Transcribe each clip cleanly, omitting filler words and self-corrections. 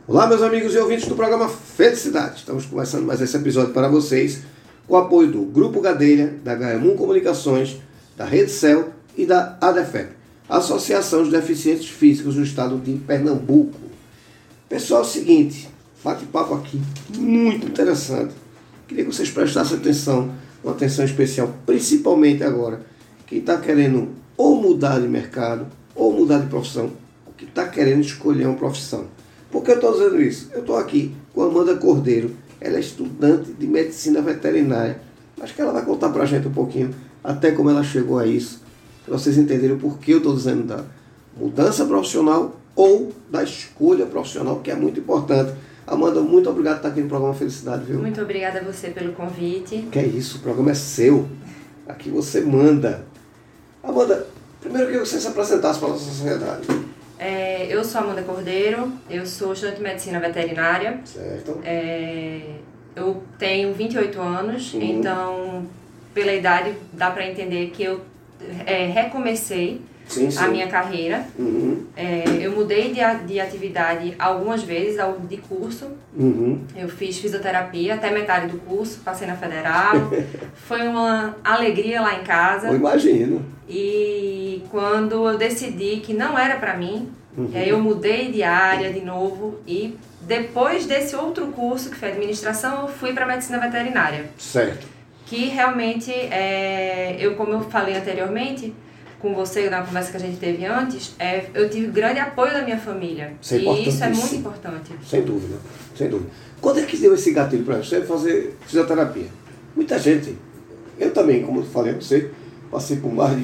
Olá, meus amigos e ouvintes do programa Felicidade. Estamos começando mais esse episódio para vocês com o apoio do Grupo Gadelha, da HM1 Comunicações, da Rede Cel e da ADEFEP, Associação de Deficientes Físicos do Estado de Pernambuco. Pessoal, é o seguinte, bate-papo aqui muito interessante. Queria que vocês prestassem atenção, uma atenção especial, principalmente agora, quem está querendo ou mudar de mercado ou mudar de profissão, ou que está querendo escolher uma profissão. Por que eu estou dizendo isso? Eu estou aqui com a Amanda Cordeiro, ela é estudante de medicina veterinária. Acho que ela vai contar para a gente um pouquinho até como ela chegou a isso, para vocês entenderem o porquê eu estou dizendo da mudança profissional ou da escolha profissional, que é muito importante. Amanda, muito obrigado por estar aqui no programa Felicidade, viu? Muito obrigada a você pelo convite. Que é isso, o programa é seu. Aqui você manda. Amanda, primeiro que você se apresentasse para a nossa sociedade. Eu sou Amanda Cordeiro, eu sou estudante de medicina veterinária. Certo. Eu tenho 28 anos, então pela idade dá para entender que eu recomecei a minha carreira. Eu mudei de atividade algumas vezes, de curso. Eu fiz fisioterapia até metade do curso, passei na federal. Foi uma alegria lá em casa. Eu imagino. E quando eu decidi que não era para mim, eu mudei de área de novo e depois desse outro curso, que foi administração, eu fui para medicina veterinária. Certo. Que realmente, como eu falei anteriormente, com você, na conversa que a gente teve antes, eu tive grande apoio da minha família. Isso é e isso é muito importante. Sem dúvida, sem dúvida. Quando é que deu esse gatilho para você fazer fisioterapia? Muita gente, eu também, como eu falei a você, passei por mais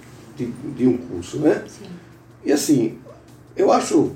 de um curso, né? Sim. E assim, eu acho,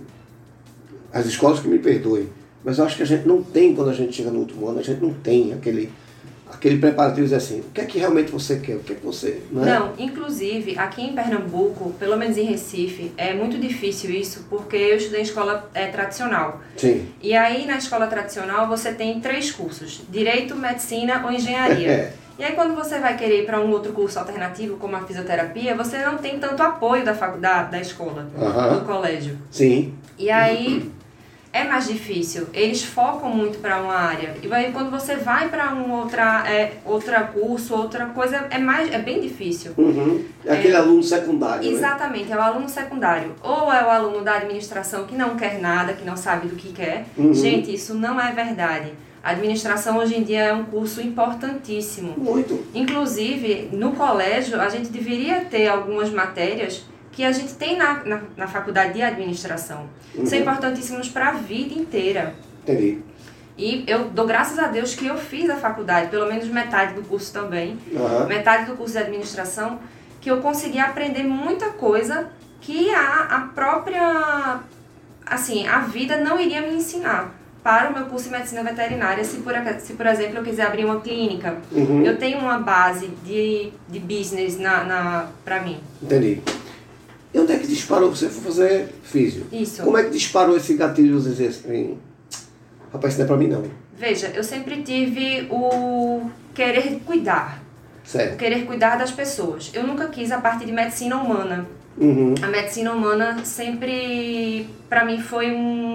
as escolas que me perdoem, mas eu acho que a gente não tem, quando a gente chega no último ano, a gente não tem aquele preparativo de dizer assim, o que é que realmente você quer, o que é que você... Não, inclusive, aqui em Pernambuco, pelo menos em Recife, é muito difícil isso, porque eu estudei em escola tradicional. Sim. E aí, na escola tradicional, você tem 3 cursos, Direito, Medicina ou Engenharia. E aí, quando você vai querer ir para um outro curso alternativo, como a fisioterapia, você não tem tanto apoio da escola, do colégio. Sim. E aí... é mais difícil, eles focam muito para uma área. E aí quando você vai para um outra curso, outra coisa, é bem difícil. É aquele aluno secundário, exatamente, né? É o aluno secundário. Ou é o aluno da administração que não quer nada, que não sabe do que quer. Gente, isso não é verdade. A administração hoje em dia é um curso importantíssimo. Muito. Inclusive, no colégio, a gente deveria ter algumas matérias que a gente tem na faculdade de administração. São importantíssimos para a vida inteira. Entendi. E eu dou graças a Deus que eu fiz a faculdade, pelo menos metade do curso também, metade do curso de administração, que eu consegui aprender muita coisa que a própria, assim, a vida não iria me ensinar para o meu curso de medicina veterinária, se por exemplo eu quiser abrir uma clínica. Eu tenho uma base de business para mim. Entendi. E onde é que disparou? Você foi fazer físio. Isso. Como é que disparou esse gatilho de dizer assim, rapaz, isso não é pra mim não? Veja, eu sempre tive o querer cuidar. Certo. O querer cuidar das pessoas. Eu nunca quis a parte de medicina humana. A medicina humana sempre, pra mim, foi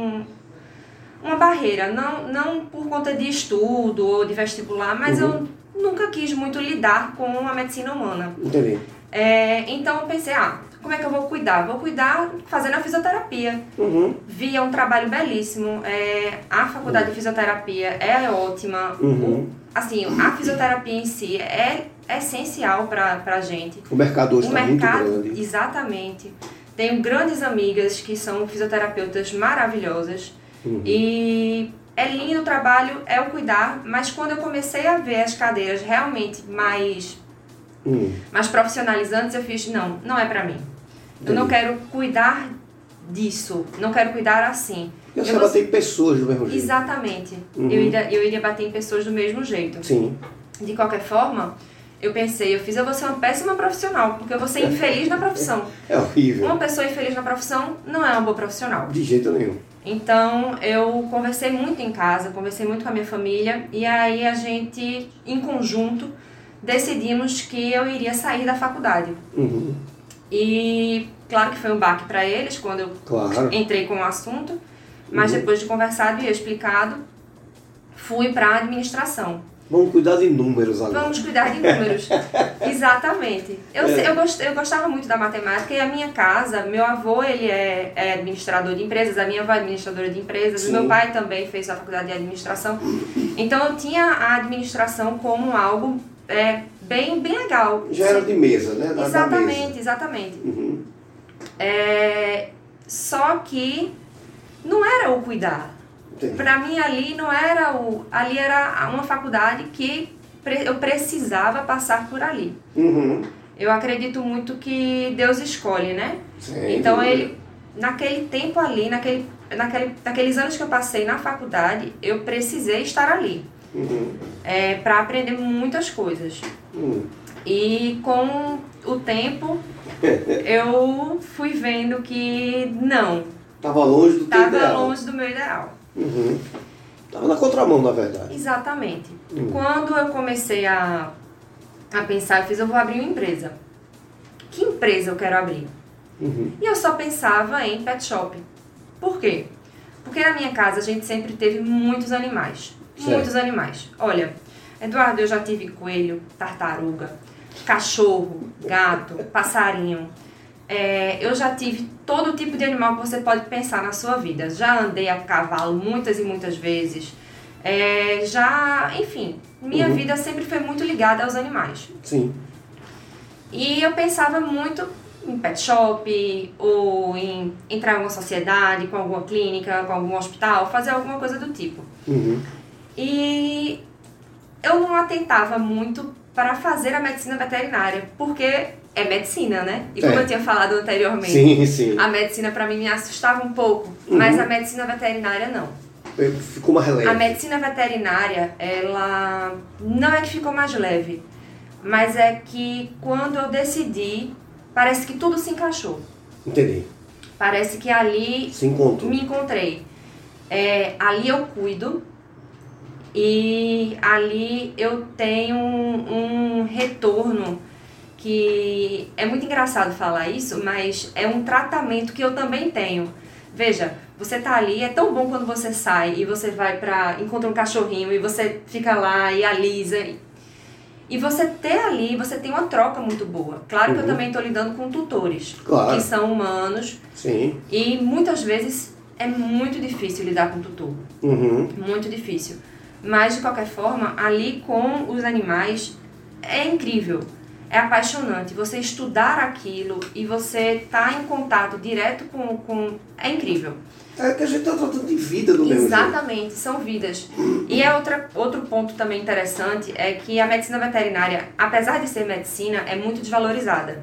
uma barreira. Não por conta de estudo ou de vestibular, mas eu nunca quis muito lidar com a medicina humana. Entendi. Então eu pensei, como é que eu vou cuidar? Vou cuidar fazendo a fisioterapia. Vi, é um trabalho belíssimo. A faculdade de fisioterapia é ótima. Assim, a fisioterapia em si é essencial pra gente. O mercado hoje está muito grande. Exatamente. Tenho grandes amigas que são fisioterapeutas maravilhosas. E é lindo o trabalho, é o cuidar. Mas quando eu comecei a ver as cadeiras realmente mais profissionalizantes, eu fiz, não é pra mim. Eu não quero cuidar disso, não quero cuidar assim. Você vai bater em pessoas do mesmo jeito. Exatamente. Eu iria bater em pessoas do mesmo jeito. Sim. De qualquer forma, eu pensei, eu vou ser uma péssima profissional, porque eu vou ser infeliz na profissão. É horrível. Uma pessoa infeliz na profissão não é uma boa profissional. De jeito nenhum. Então, eu conversei muito em casa, conversei muito com a minha família, e aí a gente, em conjunto, decidimos que eu iria sair da faculdade. E claro que foi um baque para eles quando eu entrei com o assunto, Mas depois de conversado e explicado, fui para a administração. Vamos cuidar de números agora. Vamos cuidar de números. Exatamente. Eu gostava muito da matemática e a minha casa, meu avô ele é administrador de empresas, a minha avó é administradora de empresas, o meu pai também fez a faculdade de administração. Então eu tinha a administração como algo bem legal. Já era de mesa, né? Exatamente. Só que não era o cuidar. Para mim ali não era ali era uma faculdade que eu precisava passar por ali. Eu acredito muito que Deus escolhe, né? Sim, então ele naquele tempo ali, naqueles anos que eu passei na faculdade, eu precisei estar ali para aprender muitas coisas. E com o tempo eu fui vendo que não. Estava longe do teu ideal. Estava longe do meu ideal. Estava na contramão, na verdade. Exatamente. Quando eu comecei a pensar, eu vou abrir uma empresa. Que empresa eu quero abrir? E eu só pensava em pet shop. Por quê? Porque na minha casa a gente sempre teve muitos animais. Certo. Muitos animais. Olha, Eduardo, eu já tive coelho, tartaruga, cachorro, gato, passarinho. Eu já tive todo tipo de animal que você pode pensar na sua vida. Já andei a cavalo muitas e muitas vezes. Enfim, minha vida sempre foi muito ligada aos animais. Sim. E eu pensava muito em pet shop, ou em entrar em alguma sociedade, com alguma clínica, com algum hospital, fazer alguma coisa do tipo. E eu não atentava muito para fazer a medicina veterinária, porque é medicina, né? E como eu tinha falado anteriormente, sim. A medicina para mim me assustava um pouco, mas a medicina veterinária não. Ficou mais leve. A medicina veterinária, ela não é que ficou mais leve, mas é que quando eu decidi, parece que tudo se encaixou. Entendi. Parece que ali me encontrei. Ali eu cuido e ali eu tenho um retorno que é muito engraçado falar isso, mas é um tratamento que eu também tenho. Veja, você tá ali, é tão bom quando você sai e você vai encontra um cachorrinho e você fica lá e alisa. E você ter ali, você tem uma troca muito boa. Claro que eu também estou lidando com tutores, que são humanos. Sim. E muitas vezes é muito difícil lidar com tutor. Muito difícil. Mas, de qualquer forma, ali com os animais é incrível. É apaixonante. Você estudar aquilo e você estar em contato direto com... É incrível. É que a gente está tratando de vida do mesmo jeito. Exatamente, são vidas. E outro ponto também interessante é que a medicina veterinária, apesar de ser medicina, é muito desvalorizada.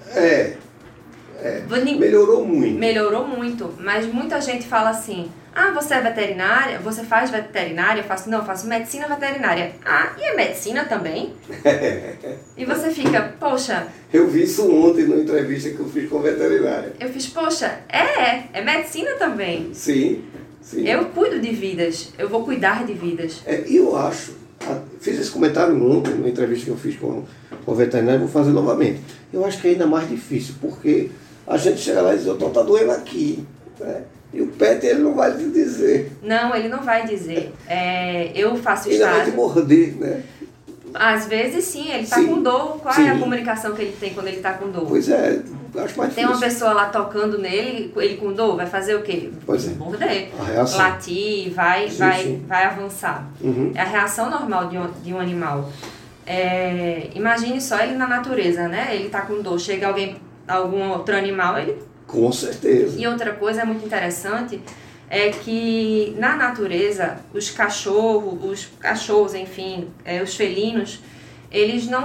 Melhorou muito. Melhorou muito, mas muita gente fala assim: ah, você é veterinária? Você faz veterinária? Eu faço medicina veterinária. Ah, e é medicina também? E você fica, poxa... Eu vi isso ontem numa entrevista que eu fiz com veterinária. Eu fiz, poxa, é medicina também. Sim. Eu cuido de vidas, eu vou cuidar de vidas. E eu acho, fiz esse comentário ontem, numa entrevista que eu fiz com o veterinário, vou fazer novamente. Eu acho que é ainda mais difícil, porque a gente chega lá e diz, doutor, tá doendo aqui, né? E o pet, ele não vai te dizer. Não, ele não vai dizer. Eu faço estágio. Ele vai te morder, né? Às vezes sim, ele está com dor. Qual é a comunicação que ele tem quando ele está com dor? Pois é, acho mais difícil. Tem uma pessoa lá tocando nele, ele com dor, vai fazer o quê? Pois é. Morder. A reação. Latir, vai avançar. É a reação normal de um animal. Imagine só ele na natureza, né? Ele está com dor, chega algum outro animal, ele... Com certeza. E outra coisa muito interessante é que na natureza os cachorros, enfim, os felinos, eles não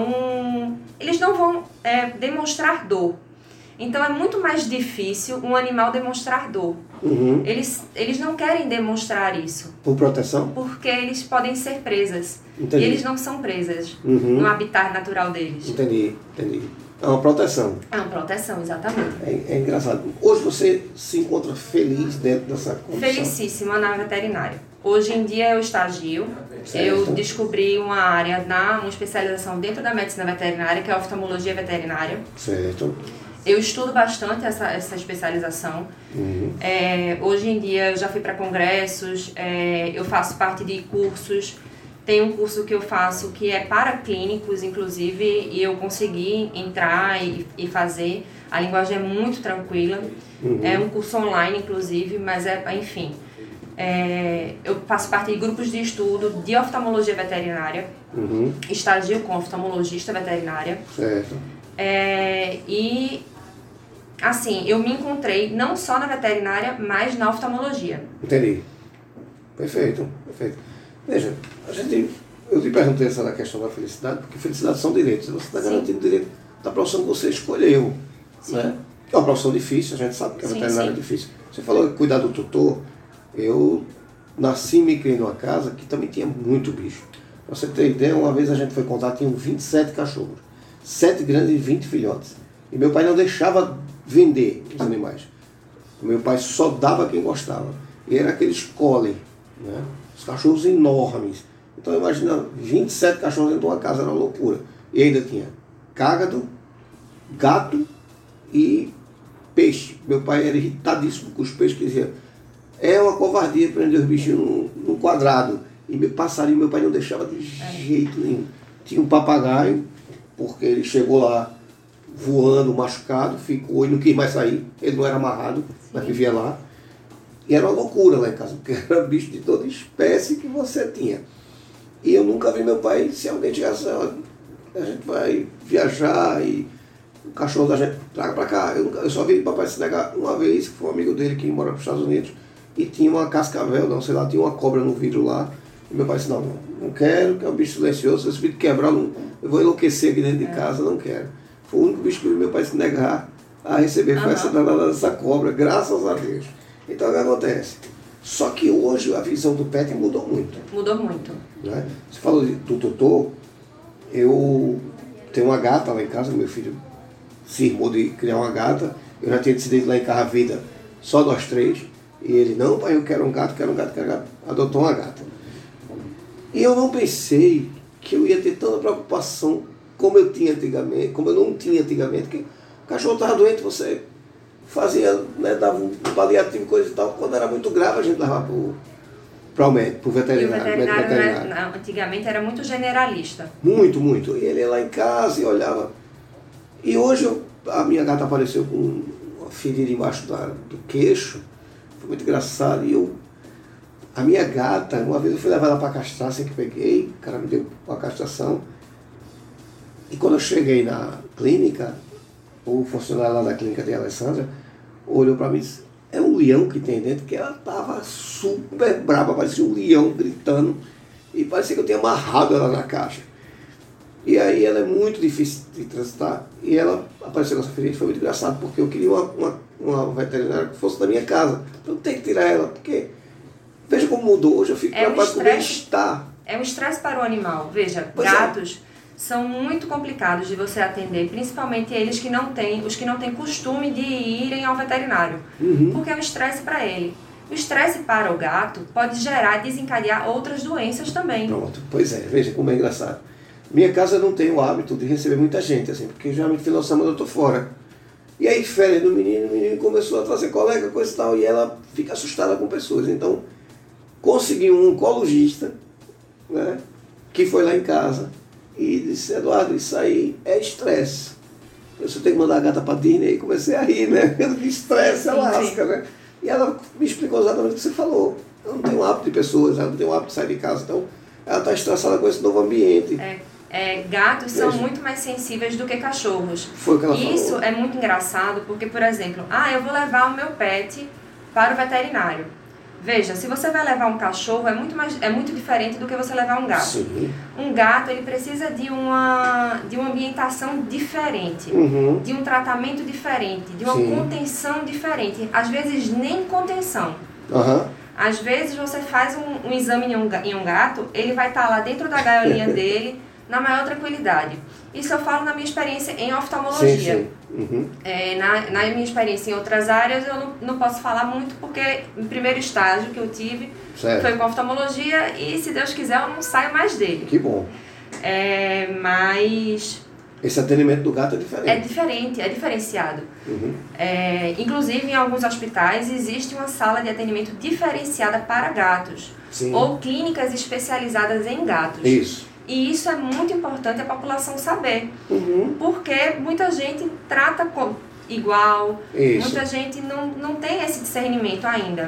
vão demonstrar dor. Então é muito mais difícil um animal demonstrar dor. Eles não querem demonstrar isso. Por proteção? Porque eles podem ser presas. Entendi. E eles não são presas no habitat natural deles. Entendi. É uma proteção. É uma proteção, exatamente. É engraçado. Hoje você se encontra feliz dentro dessa condição? Felicíssima na veterinária. Hoje em dia eu estagio. Certo. Eu descobri uma área, uma especialização dentro da medicina veterinária, que é a oftalmologia veterinária. Certo. Eu estudo bastante essa especialização. Hoje em dia eu já fui para congressos, eu faço parte de cursos. Tem um curso que eu faço que é para clínicos, inclusive, e eu consegui entrar e fazer. A linguagem é muito tranquila. É um curso online, inclusive, mas enfim. Eu faço parte de grupos de estudo de oftalmologia veterinária. Estagio com oftalmologista veterinária. Certo. E, assim, eu me encontrei não só na veterinária, mas na oftalmologia. Entendi. Perfeito. Veja, eu te perguntei essa da questão da felicidade, porque felicidade são direitos. Você está garantindo o direito da profissão que você escolheu. Né? É uma profissão difícil, a gente sabe que a veterinária é difícil. Você falou que cuidar do tutor. Eu nasci e me criei numa casa que também tinha muito bicho. Pra você ter ideia, uma vez a gente foi contar, tinham 27 cachorros. 7 grandes e 20 filhotes. E meu pai não deixava vender os animais. O meu pai só dava quem gostava. E era aqueles collie, né? Os cachorros enormes. Então imagina, 27 cachorros dentro de uma casa, era uma loucura. E ainda tinha cágado, gato e peixe. Meu pai era irritadíssimo com os peixes, que dizia, é uma covardia prender os bichinhos num quadrado. E meu passarinho, meu pai não deixava de jeito nenhum. Tinha um papagaio, porque ele chegou lá voando, machucado, ficou e não quis mais sair. Ele não era amarrado, mas vivia lá. E era uma loucura lá em casa, porque era bicho de toda espécie que você tinha. E eu nunca vi meu pai, se alguém chegasse, a gente vai viajar e o cachorro da gente traga pra cá. Eu só vi papai se negar uma vez, que foi um amigo dele que mora para os Estados Unidos, e tinha uma cascavel, não sei lá, tinha uma cobra no vidro lá. E meu pai disse, não quero, que é um bicho silencioso, se esse vidro quebrar, eu vou enlouquecer aqui dentro de casa, não quero. Foi o único bicho que meu pai se negar a receber, foi essa danada dessa cobra, graças a Deus. Então o que acontece? Só que hoje a visão do pet mudou muito. Mudou muito. Né? Você falou do tutor, eu tenho uma gata lá em casa, meu filho se irmou de criar uma gata, eu já tinha decidido lá em casa a vida só nós 3, e ele, não pai, eu quero um gato, adotou uma gata. E eu não pensei que eu ia ter tanta preocupação como eu não tinha antigamente, que o cachorro estava doente, você fazia, né, dava um paliativo, coisa e tal. Quando era muito grave, a gente levava para o médico, para o veterinário. E o veterinário antigamente era muito generalista. Muito. E ele ia lá em casa e olhava. E hoje a minha gata apareceu com uma ferida embaixo do queixo. Foi muito engraçado. E a minha gata, uma vez eu fui levar ela para castrar, assim que peguei, o cara me deu uma castração. E quando eu cheguei na clínica, o funcionário lá da clínica de Alessandra olhou para mim e disse, é um leão que tem dentro, que ela estava super brava, parecia um leão gritando, e parecia que eu tinha amarrado ela na caixa. E aí ela é muito difícil de transitar, e ela apareceu com essa ferida, foi muito engraçado, porque eu queria uma veterinária que fosse da minha casa, então eu tenho que tirar ela, porque veja como mudou, hoje eu fico preocupado com o bem-estar. É um estresse para o animal, veja, gatos são muito complicados de você atender, principalmente os que não têm costume de irem ao veterinário, porque é um estresse para ele. O estresse para o gato pode desencadear outras doenças também. Pronto, pois é, veja como é engraçado. Minha casa não tem o hábito de receber muita gente, assim, porque geralmente final de semana eu estou fora. E aí, férias do menino, o menino começou a trazer colega, coisa e tal, e ela fica assustada com pessoas. Então, consegui um oncologista, né, que foi lá em casa, e disse, Eduardo, isso aí é estresse. Eu só tenho que mandar a gata para Disney, e comecei a rir, né? Estresse, ela lasca, né? E ela me explicou exatamente o que você falou. Eu não tenho hábito de pessoas, ela não tem o hábito de sair de casa, então ela está estressada com esse novo ambiente. Gatos são muito mais sensíveis do que cachorros. Foi o que ela falou. Isso é muito engraçado, porque, por exemplo, eu vou levar o meu pet para o veterinário. Veja, se você vai levar um cachorro, é muito diferente do que você levar um gato. Sim. Um gato, ele precisa de uma ambientação diferente, de um tratamento diferente, de uma contenção diferente. Às vezes, nem contenção. Às vezes, você faz um exame em um gato, ele vai estar lá dentro da gaiolinha dele, na maior tranquilidade. Isso eu falo na minha experiência em oftalmologia. Na minha experiência em outras áreas eu não posso falar muito, porque o primeiro estágio que eu tive foi com oftalmologia, e se Deus quiser eu não saio mais dele. Que bom. Mas Esse atendimento do gato é diferente. É diferente, é diferenciado. Inclusive, em alguns hospitais, existe uma sala de atendimento diferenciada para gatos. Sim. Ou clínicas especializadas em gatos. Isso. E isso é muito importante a população saber. Porque muita gente trata igual, muita gente não tem esse discernimento ainda.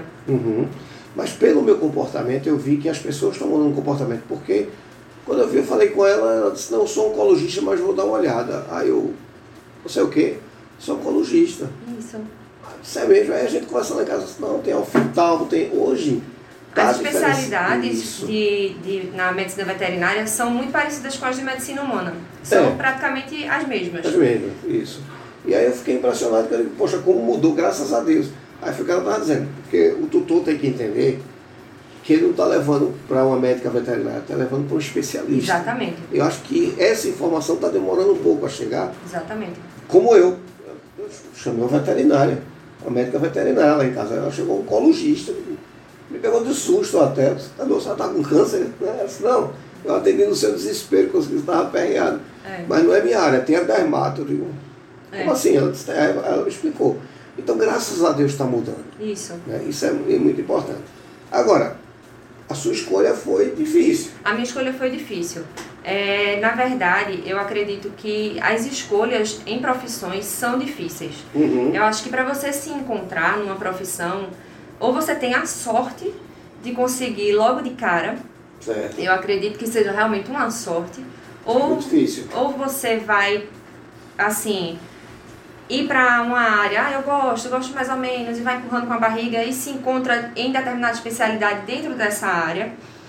Mas pelo meu comportamento, eu vi que as pessoas estão mudando o comportamento. Porque quando eu falei com ela disse, não, eu sou oncologista, mas vou dar uma olhada. Aí você é o quê? Sou oncologista. Isso. Isso é mesmo. Aí a gente conversa lá em casa, não, tem oftalmo, tem hoje. As especialidades na medicina veterinária são muito parecidas com as de medicina humana. São praticamente as mesmas. As mesmas, isso. E aí eu fiquei impressionado, porque eu digo, poxa, como mudou, graças a Deus. Aí foi o que ela estava dizendo, porque o tutor tem que entender que ele não está levando para uma médica veterinária, está levando para um especialista. Exatamente. Eu acho que essa informação está demorando um pouco a chegar. Exatamente. Como eu chamei uma veterinária, uma médica veterinária lá em casa, ela chegou um oncologista, me pegou de susto até, você está com câncer? Ela disse, não, eu atendi no seu desespero, que você estava aperreado. Mas não é minha área, tem a dermato. Eu digo, como assim? Ela me explicou. Então, graças a Deus está mudando. Isso. Isso é muito importante. Agora, a sua escolha foi difícil. A minha escolha foi difícil. Na verdade, eu acredito que as escolhas em profissões são difíceis. Eu acho que para você se encontrar numa profissão, ou você tem a sorte de conseguir logo de cara, certo. Eu acredito que seja realmente uma sorte, ou você vai, assim, ir para uma área, eu gosto mais ou menos, e vai empurrando com a barriga e se encontra em determinada especialidade dentro dessa área,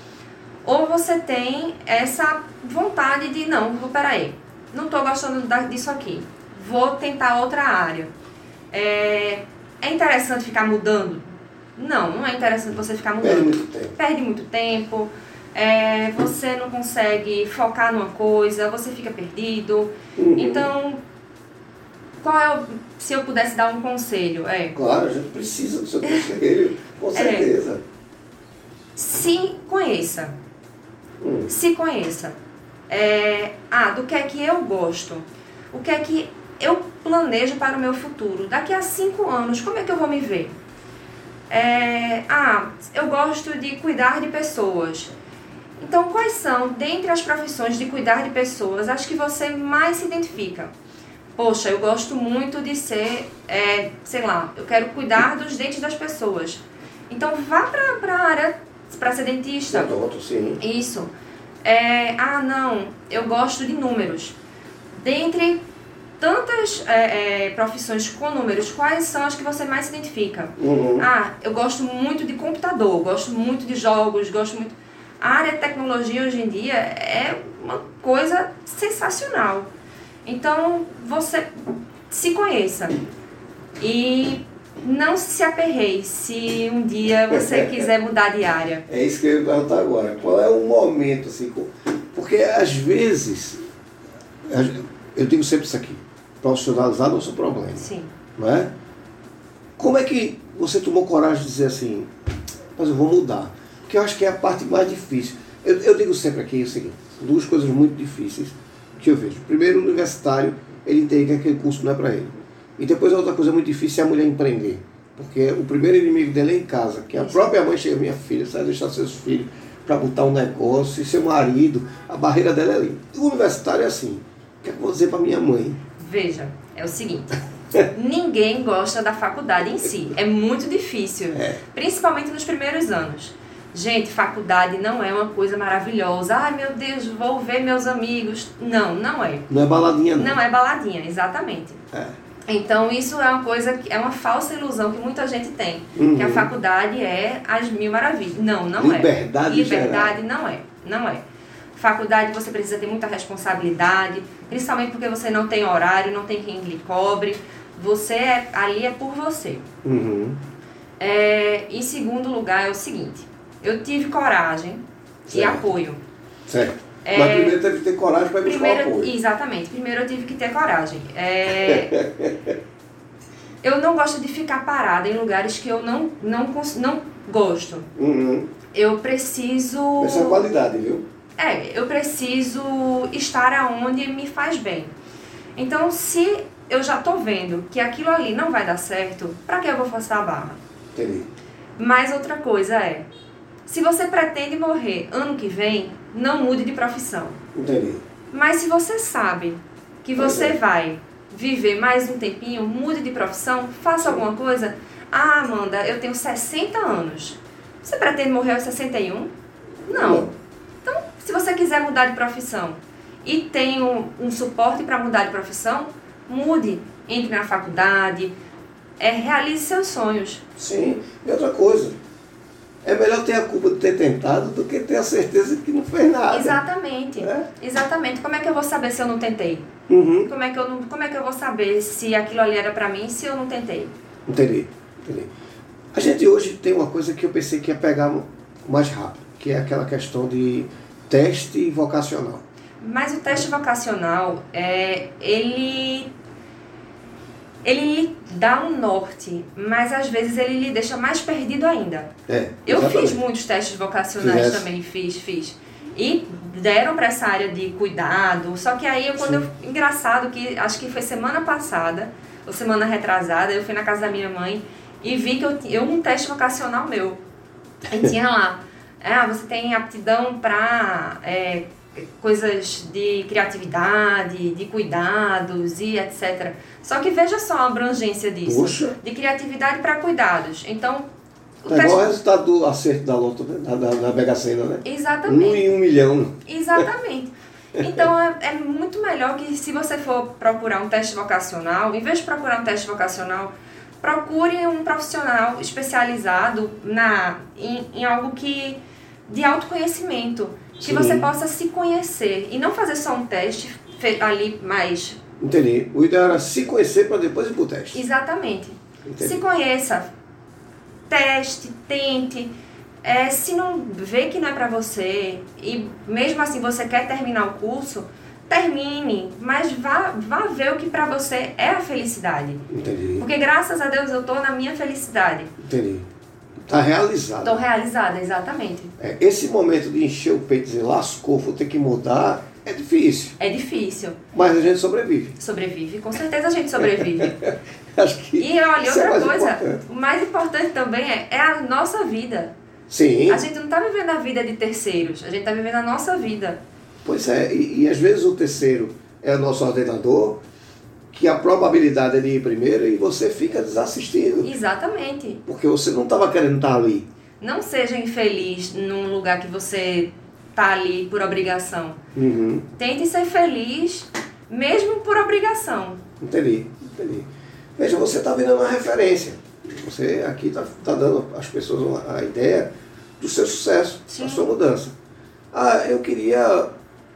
ou você tem essa vontade de, não estou gostando disso aqui, vou tentar outra área. É interessante ficar mudando? Não é interessante você ficar mudando. Perde muito tempo. Você não consegue focar numa coisa, você fica perdido. Então, se eu pudesse dar um conselho? Claro, a gente precisa do seu conselho, com certeza. Se conheça. Se conheça. Do que é que eu gosto? O que é que eu planejo para o meu futuro? Daqui a 5 anos, como é que eu vou me ver? Eu gosto de cuidar de pessoas. Então, quais são, dentre as profissões de cuidar de pessoas, as que você mais se identifica? Poxa, eu gosto muito de ser, eu quero cuidar dos dentes das pessoas. Então, vá para a área, para ser dentista. Odonto, sim. Isso. Eu gosto de números. Dentre tantas profissões com números, quais são as que você mais se identifica? Eu gosto muito de computador, gosto muito de jogos, A área de tecnologia hoje em dia é uma coisa sensacional. Então, você se conheça e não se aperreie se um dia você quiser mudar de área. É isso que eu ia perguntar agora. Qual é o momento, assim, porque às vezes, eu digo sempre isso aqui, profissionalizar não é o seu problema. Sim. Não é? Como é que você tomou coragem de dizer assim, mas eu vou mudar? Porque eu acho que é a parte mais difícil. Eu digo sempre aqui o seguinte, 2 coisas muito difíceis que eu vejo. Primeiro, o universitário, ele entende que aquele curso não é para ele. E depois a outra coisa muito difícil é a mulher empreender. Porque o primeiro inimigo dela é em casa, que a própria mãe chega, minha filha, você vai deixar seus filhos para botar um negócio, e seu marido, a barreira dela é ali. E o universitário é assim, o que é que eu vou dizer para minha mãe? Veja, é o seguinte, ninguém gosta da faculdade em si, é muito difícil, principalmente nos primeiros anos. Gente, faculdade não é uma coisa maravilhosa. Ai, meu Deus, vou ver meus amigos. Não, não é. Não é baladinha, não. Não é baladinha, exatamente. Então, isso é uma coisa, é uma falsa ilusão que muita gente tem. Que a faculdade é as mil maravilhas. Não, não Liberdade é. Liberdade não é. Não é. Faculdade você precisa ter muita responsabilidade, principalmente porque você não tem horário, não tem quem lhe cobre. Ali é por você. Em segundo lugar, é o seguinte. Eu tive coragem e apoio. Certo. Mas primeiro teve que ter coragem para buscar o apoio. Exatamente. Primeiro eu tive que ter coragem. Eu não gosto de ficar parada em lugares que eu não gosto. Eu preciso... Essa é a qualidade, viu? Eu preciso estar aonde me faz bem. Então, se eu já estou vendo que aquilo ali não vai dar certo, para que eu vou forçar a barra? Entendi. Mas outra coisa é, se você pretende morrer ano que vem, não mude de profissão. Entendi. Mas se você sabe que você vai viver mais um tempinho, mude de profissão, faça alguma coisa. Ah, Amanda, eu tenho 60 anos. Você pretende morrer aos 61? Não. Então, se você quiser mudar de profissão e tem um suporte para mudar de profissão, mude. Entre na faculdade, realize seus sonhos. Sim. E outra coisa, é melhor ter a culpa de ter tentado do que ter a certeza de que não fez nada. Exatamente. Exatamente. Como é que eu vou saber se eu não tentei? Uhum. Como é que eu vou saber se aquilo ali era para mim se eu não tentei? Entendi. A gente hoje tem uma coisa que eu pensei que ia pegar mais rápido, que é aquela questão de teste vocacional. Mas o teste vocacional, ele lhe dá um norte, mas às vezes ele lhe deixa mais perdido ainda. Eu fiz muitos testes vocacionais também, fiz. E deram para essa área de cuidado, só que aí engraçado que acho que foi semana passada, ou semana retrasada, eu fui na casa da minha mãe e vi que um teste vocacional meu. E tinha lá, você tem aptidão para coisas de criatividade, de cuidados e etc. Só que veja só a abrangência disso. Puxa. De criatividade para cuidados. Então, igual o resultado do acerto da loto, da Mega Sena, né? Exatamente. 1 em 1 milhão. Exatamente. Então, é muito melhor que se você for procurar um teste vocacional, em vez de procurar um teste vocacional, procure um profissional especializado em algo de autoconhecimento. Que você possa se conhecer e não fazer só um teste ali mais... Entendi. O ideal era se conhecer para depois ir para o teste. Exatamente. Entendi. Se conheça, teste, tente. Se não vê que não é para você e mesmo assim você quer terminar o curso, termine, mas vá ver o que para você é a felicidade. Entendi. Porque graças a Deus eu estou na minha felicidade. Entendi. Está realizada. Estou realizada, exatamente. Esse momento de encher o peito e dizer, lascou, vou ter que mudar, é difícil. É difícil. Mas a gente sobrevive. Sobrevive, com certeza a gente sobrevive. Acho que e olha, outra coisa, importante. O mais importante também é a nossa vida. Sim. A gente não está vivendo a vida de terceiros, a gente está vivendo a nossa vida. Pois é, e às vezes o terceiro é o nosso ordenador, que a probabilidade é de ir primeiro e você fica desassistido. Exatamente. Porque você não estava querendo estar ali. Não seja infeliz num lugar que você está ali por obrigação. Uhum. Tente ser feliz mesmo por obrigação. Entendi. Veja, você está vendo uma referência. Você aqui está dando às pessoas a ideia do seu sucesso, da sua mudança. Eu queria...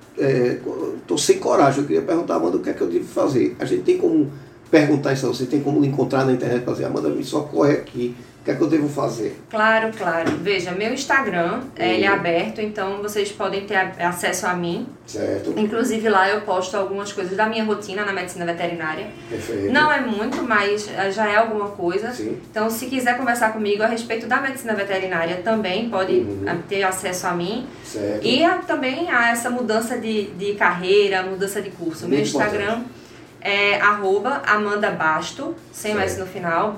Estou sem coragem, eu queria perguntar a Amanda o que é que eu devo fazer. A gente tem como perguntar isso a você, tem como encontrar na internet para dizer, Amanda, me socorre aqui, o que é que eu devo fazer? Claro. Veja, meu Instagram, ele é aberto, então vocês podem ter acesso a mim. Certo. Inclusive lá eu posto algumas coisas da minha rotina na medicina veterinária. Perfeito. Não é muito, mas já é alguma coisa. Sim. Então, se quiser conversar comigo a respeito da medicina veterinária, também pode ter acesso a mim. Certo. E também a essa mudança de carreira, mudança de curso. Muito meu Instagram é @amandabasto, sem o S no final,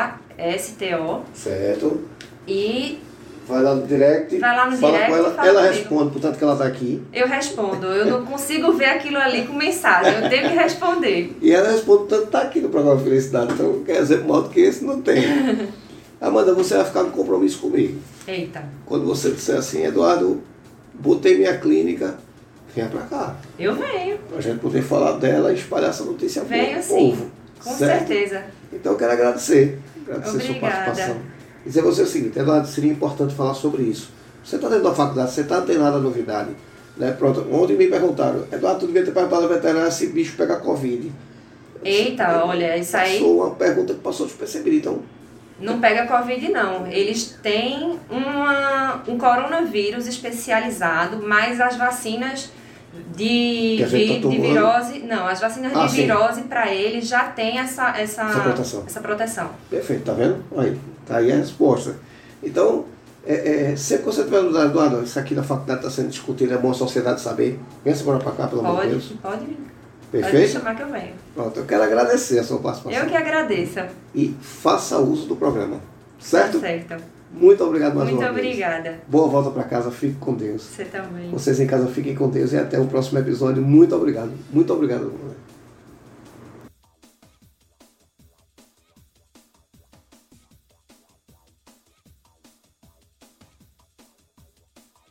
BASTO. Certo. E vai lá no direct, fala com ela responde, portanto que ela está aqui. Eu respondo, eu não consigo ver aquilo ali com mensagem, eu tenho que responder. E ela responde, portanto está aqui no programa Felicidade, então quer dizer, modo que esse não tem. Amanda, você vai ficar com compromisso comigo. Eita. Quando você disser assim, Eduardo, botei minha clínica, venha pra cá. Eu venho. Pra gente poder falar dela e espalhar essa notícia para o povo. Com certeza. Então eu quero agradecer sua Obrigada. participação. E dizer a você o seguinte, Eduardo, seria importante falar sobre isso. Você está dentro da faculdade, você está antenado à novidade. Né? Pronto, ontem me perguntaram, Eduardo, tu devia ter perguntado ao veterinário se bicho pega Covid. Eita, olha, isso aí... Passou uma pergunta que passou despercebida, então... Não pega Covid, não. Eles têm um coronavírus especializado, mas as vacinas de virose... Não, as vacinas de virose, para eles, já tem essa proteção. Perfeito, tá vendo? Aí, tá aí a resposta. Então, sempre que você tiver dúvida, Eduardo, isso aqui na faculdade está sendo discutido, é bom a sociedade saber. Vem semana para cá, pelo amor de Deus. Pode vir. Perfeito? Pode me chamar que eu venho. Pronto, eu quero agradecer a sua participação. Eu que agradeço. E faça uso do programa. Certo? Tá certo. Muito obrigado mais uma vez. Muito obrigada. Boa volta para casa, fique com Deus. Você também. Vocês em casa fiquem com Deus e até o próximo episódio. Muito obrigado. Muito obrigado.